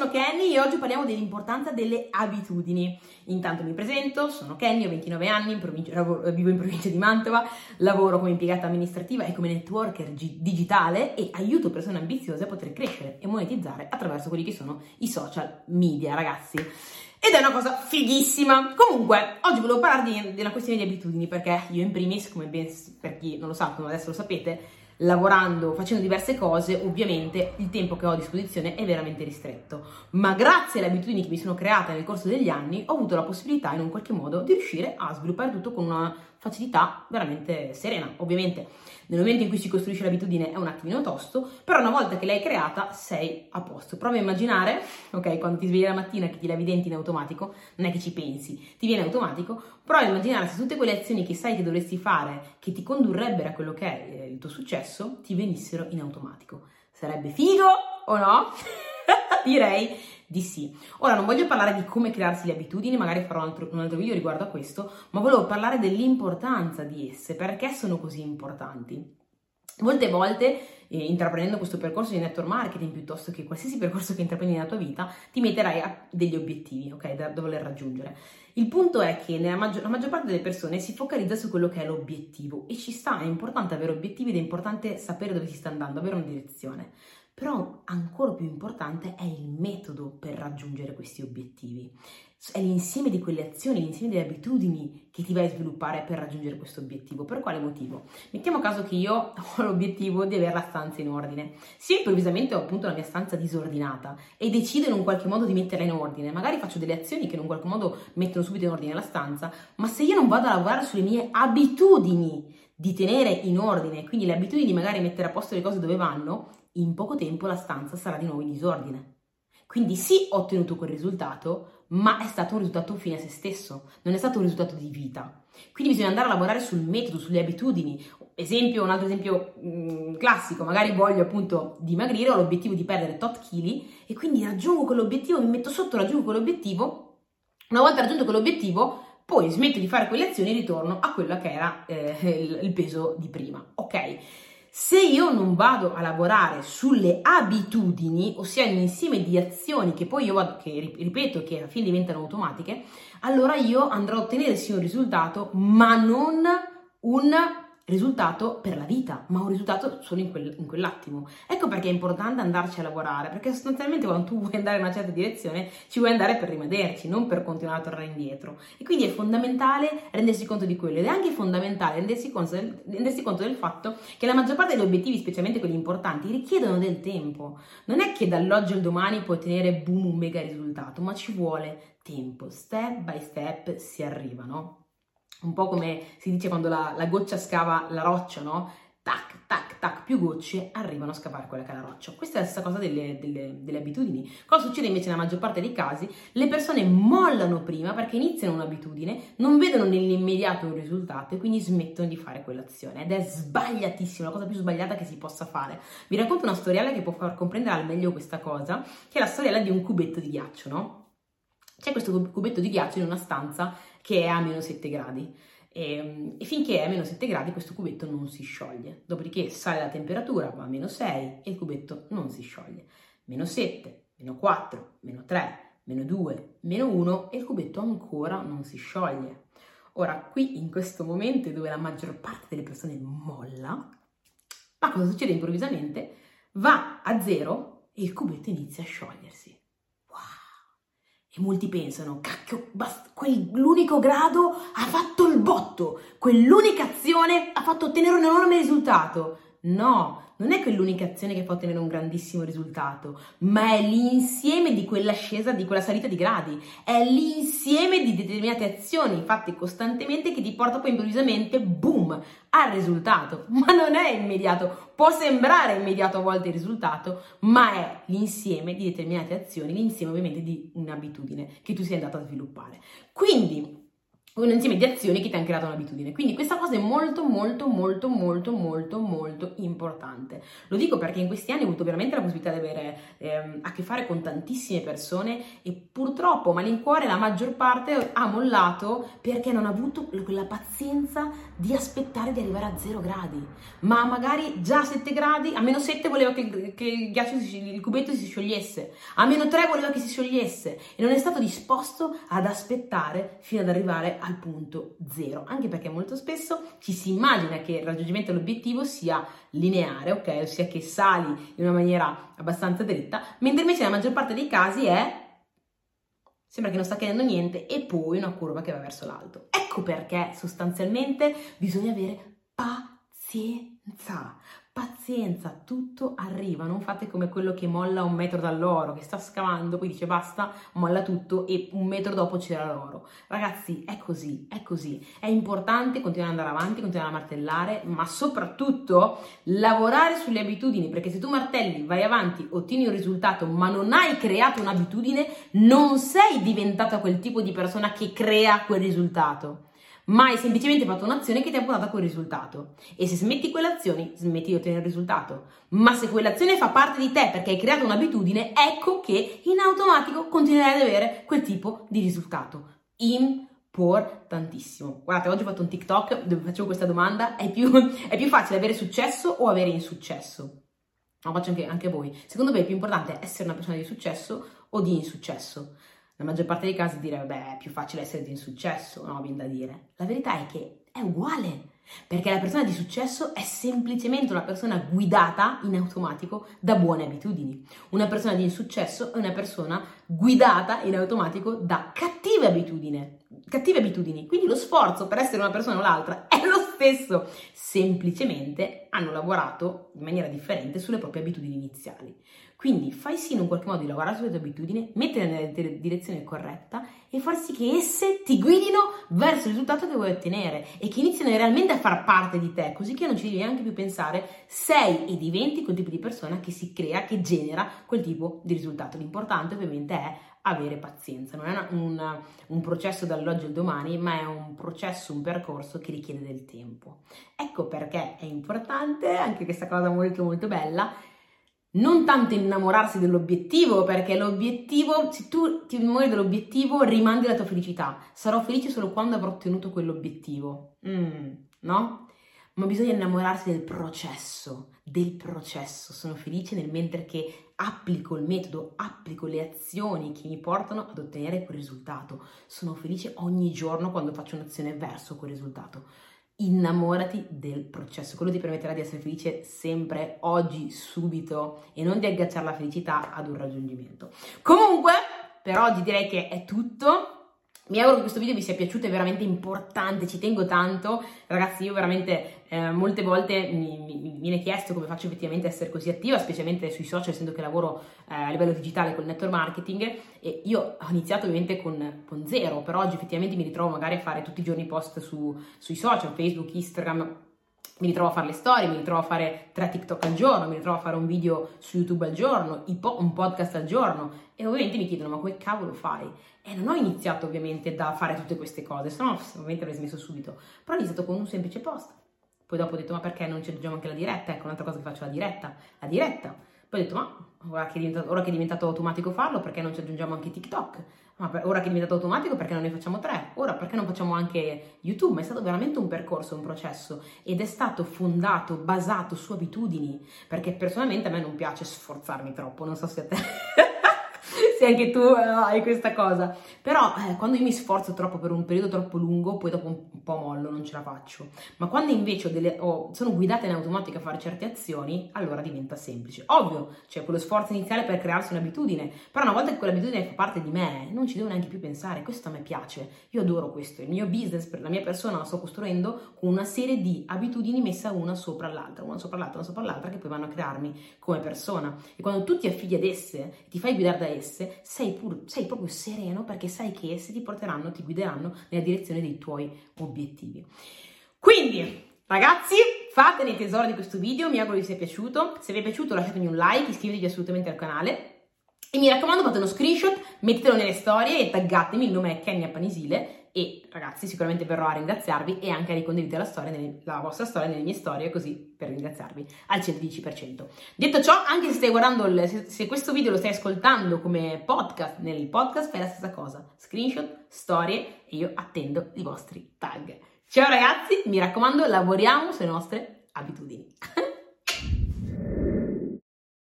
sono Kenny e oggi parliamo dell'importanza delle abitudini. Intanto mi presento, sono Kenny, ho 29 anni, vivo in provincia di Mantova, lavoro come impiegata amministrativa e come networker digitale e aiuto persone ambiziose a poter crescere e monetizzare attraverso quelli che sono i social media, ragazzi. Ed è una cosa fighissima. Comunque, oggi volevo parlarvi della questione di abitudini, perché io in primis, come ben per chi non lo sa, come adesso lo sapete, lavorando, facendo diverse cose, ovviamente il tempo che ho a disposizione è veramente ristretto, ma grazie alle abitudini che mi sono create nel corso degli anni ho avuto la possibilità in un qualche modo di riuscire a sviluppare tutto con una facilità veramente serena. Ovviamente nel momento in cui si costruisce l'abitudine è un attimino tosto, però una volta che l'hai creata sei a posto. Provi a immaginare, ok, quando ti svegli la mattina che ti lavi i denti in automatico, non è che ci pensi, ti viene automatico. Prova a immaginare se tutte quelle azioni che sai che dovresti fare, che ti condurrebbero a quello che è il tuo successo, ti venissero in automatico. Sarebbe figo o no? Direi di sì. Ora non voglio parlare di come crearsi le abitudini, magari farò un altro video riguardo a questo, ma volevo parlare dell'importanza di esse, perché sono così importanti. Molte volte, intraprendendo questo percorso di network marketing, piuttosto che qualsiasi percorso che intraprendi nella tua vita, ti metterai a degli obiettivi, ok, da voler raggiungere. Il punto è che la maggior parte delle persone si focalizza su quello che è l'obiettivo, e ci sta, è importante avere obiettivi ed è importante sapere dove si sta andando, avere una direzione. Però ancora più importante è il metodo per raggiungere questi obiettivi. È l'insieme di quelle azioni, l'insieme delle abitudini che ti vai a sviluppare per raggiungere questo obiettivo. Per quale motivo? Mettiamo caso che io ho l'obiettivo di avere la stanza in ordine. Se improvvisamente ho appunto la mia stanza disordinata e decido in un qualche modo di metterla in ordine, magari faccio delle azioni che in un qualche modo mettono subito in ordine la stanza, ma se io non vado a lavorare sulle mie abitudini di tenere in ordine, quindi le abitudini di magari mettere a posto le cose dove vanno, in poco tempo la stanza sarà di nuovo in disordine. Quindi sì, ho ottenuto quel risultato, ma è stato un risultato fine a se stesso, non è stato un risultato di vita. Quindi bisogna andare a lavorare sul metodo, sulle abitudini. Un altro esempio classico, magari voglio appunto dimagrire, ho l'obiettivo di perdere tot chili e quindi raggiungo quell'obiettivo, mi metto sotto, raggiungo quell'obiettivo. Una volta raggiunto quell'obiettivo, poi smetto di fare quelle azioni e ritorno a quello che era il peso di prima, ok? Se io non vado a lavorare sulle abitudini, ossia un insieme di azioni che poi io vado, che ripeto, che alla fine diventano automatiche, allora io andrò a ottenere sì un risultato, ma non un risultato per la vita, ma un risultato solo in quell'attimo. Ecco perché è importante andarci a lavorare, perché sostanzialmente quando tu vuoi andare in una certa direzione ci vuoi andare per rimanerci, non per continuare a tornare indietro. E quindi è fondamentale rendersi conto di quello, ed è anche fondamentale rendersi conto del fatto che la maggior parte degli obiettivi, specialmente quelli importanti, richiedono del tempo. Non è che dall'oggi al domani puoi ottenere boom un mega risultato, ma ci vuole tempo, step by step si arriva, no? Un po' come si dice quando la goccia scava la roccia, no? Tac, tac, tac, più gocce arrivano a scavare quella che è la roccia. Questa è la stessa cosa delle abitudini. Cosa succede invece nella maggior parte dei casi? Le persone mollano prima perché iniziano un'abitudine, non vedono nell'immediato un risultato e quindi smettono di fare quell'azione. Ed è sbagliatissimo, la cosa più sbagliata che si possa fare. Vi racconto una storiella che può far comprendere al meglio questa cosa, che è la storiella di un cubetto di ghiaccio, no? C'è questo cubetto di ghiaccio in una stanza che è a meno 7 gradi e finché è a meno 7 gradi questo cubetto non si scioglie. Dopodiché sale la temperatura, va a meno 6 e il cubetto non si scioglie. Meno 7, meno 4, meno 3, meno 2, meno 1 e il cubetto ancora non si scioglie. Ora, qui in questo momento dove la maggior parte delle persone molla, ma cosa succede improvvisamente? Va a 0 e il cubetto inizia a sciogliersi. E molti pensano, cacchio, quell'unico grado ha fatto il botto, quell'unica azione ha fatto ottenere un enorme risultato. No, non è quell'unica azione che fa ottenere un grandissimo risultato, ma è l'insieme di quella ascesa, di quella salita di gradi, è l'insieme di determinate azioni fatte costantemente che ti porta poi improvvisamente, boom, al risultato. Ma non è immediato, può sembrare immediato a volte il risultato, ma è l'insieme di determinate azioni, l'insieme ovviamente di un'abitudine che tu sei andato a sviluppare. Quindi un insieme di azioni che ti hanno creato un'abitudine. Quindi questa cosa è molto molto molto molto molto molto importante. Lo dico perché in questi anni ho avuto veramente la possibilità di avere a che fare con tantissime persone e purtroppo a malincuore la maggior parte ha mollato perché non ha avuto quella pazienza di aspettare di arrivare a 0 gradi, ma magari già a 7 gradi, a meno 7 voleva che il ghiaccio, il cubetto si sciogliesse, a meno 3 voleva che si sciogliesse e non è stato disposto ad aspettare fino ad arrivare al punto 0, anche perché molto spesso ci si immagina che il raggiungimento dell'obiettivo sia lineare, ok? Ossia che sali in una maniera abbastanza dritta, mentre invece nella maggior parte dei casi sembra che non sta accadendo niente e poi una curva che va verso l'alto. Ecco perché sostanzialmente bisogna avere pazienza, tutto arriva, non fate come quello che molla 1 metro dall'oro, che sta scavando, poi dice basta, molla tutto e 1 metro dopo c'era l'oro. Ragazzi, è così, è importante continuare ad andare avanti, continuare a martellare, ma soprattutto lavorare sulle abitudini, perché se tu martelli, vai avanti, ottieni un risultato, ma non hai creato un'abitudine, non sei diventata quel tipo di persona che crea quel risultato, ma hai semplicemente fatto un'azione che ti ha portato a quel risultato. E se smetti quell'azione, smetti di ottenere il risultato. Ma se quell'azione fa parte di te perché hai creato un'abitudine, ecco che in automatico continuerai ad avere quel tipo di risultato. Importantissimo. Guardate, oggi ho fatto un TikTok dove facevo questa domanda: è più facile avere successo o avere insuccesso? Lo faccio anche voi. Secondo voi è più importante essere una persona di successo o di insuccesso? La maggior parte dei casi dire, è più facile essere di insuccesso, no, viene da dire. La verità è che è uguale, perché la persona di successo è semplicemente una persona guidata in automatico da buone abitudini. Una persona di insuccesso è una persona guidata in automatico da cattive abitudini. Quindi lo sforzo per essere una persona o l'altra è lo stesso, semplicemente hanno lavorato in maniera differente sulle proprie abitudini iniziali. Quindi fai sì in un qualche modo di lavorare sulle tue abitudini, metterle nella direzione corretta e far sì che esse ti guidino verso il risultato che vuoi ottenere e che iniziano realmente a far parte di te, così che non ci devi neanche più pensare, sei e diventi quel tipo di persona che si crea, che genera quel tipo di risultato. L'importante ovviamente è avere pazienza, non è un processo dall'oggi al domani, ma è un processo, un percorso che richiede del tempo. Ecco perché è importante anche questa cosa molto molto bella, non tanto innamorarsi dell'obiettivo, perché l'obiettivo, se tu ti innamori dell'obiettivo, rimandi la tua felicità. Sarò felice solo quando avrò ottenuto quell'obiettivo. No? Ma bisogna innamorarsi del processo. Sono felice nel mentre che applico il metodo, applico le azioni che mi portano ad ottenere quel risultato. Sono felice ogni giorno quando faccio un'azione verso quel risultato. Innamorati del processo, quello ti permetterà di essere felice sempre, oggi, subito, e non di agganciare la felicità ad un raggiungimento. Comunque, per oggi direi che è tutto. Mi auguro che questo video vi sia piaciuto, è veramente importante, ci tengo tanto. Ragazzi, io veramente molte volte mi viene chiesto come faccio effettivamente a essere così attiva, specialmente sui social, essendo che lavoro a livello digitale col network marketing, e io ho iniziato ovviamente con 0, però oggi effettivamente mi ritrovo magari a fare tutti i giorni post sui social, Facebook, Instagram. Mi ritrovo a fare le storie, mi ritrovo a fare 3 TikTok al giorno, mi ritrovo a fare un video su YouTube al giorno, un podcast al giorno, e ovviamente mi chiedono: ma come cavolo fai? E non ho iniziato ovviamente da fare tutte queste cose, se no ovviamente avrei smesso subito, però ho iniziato con un semplice post. Poi dopo ho detto: ma perché non ci aggiungiamo anche la diretta? Ecco, un'altra cosa che faccio, la diretta. Poi ho detto: ma ora che è diventato automatico farlo, perché non ci aggiungiamo anche TikTok? Ma ora che è diventato automatico, perché non ne facciamo 3? Ora perché non facciamo anche YouTube? Ma è stato veramente un percorso, un processo, ed è stato fondato, basato su abitudini, perché personalmente a me non piace sforzarmi troppo, non so se a te se anche tu hai questa cosa, però quando io mi sforzo troppo per un periodo troppo lungo, poi dopo un po' mollo, non ce la faccio. Ma quando invece sono guidata in automatico a fare certe azioni, allora diventa semplice. Ovvio, c'è quello sforzo iniziale per crearsi un'abitudine, però una volta che quell'abitudine fa parte di me, non ci devo neanche più pensare. Questo a me piace, io adoro questo. Il mio business, per la mia persona, la sto costruendo con una serie di abitudini messa una sopra l'altra, che poi vanno a crearmi come persona. E quando tu ti affidi ad esse, ti fai guidare da esse, sei proprio sereno, perché sai che esse ti guideranno nella direzione dei tuoi obiettivi. Quindi, ragazzi, fatene tesoro di questo video, mi auguro vi sia piaciuto. Se vi è piaciuto lasciatemi un like, iscrivetevi assolutamente al canale e mi raccomando fate uno screenshot, mettetelo nelle storie e taggatemi, il nome è Kenya Panisile. E ragazzi, sicuramente verrò a ringraziarvi e anche a ricondividere la vostra storia nelle mie storie, così per ringraziarvi al 110%. Detto ciò, anche se stai guardando, se questo video lo stai ascoltando come podcast, nel podcast fai la stessa cosa: screenshot, storie, e io attendo i vostri tag. Ciao ragazzi, mi raccomando, lavoriamo sulle nostre abitudini.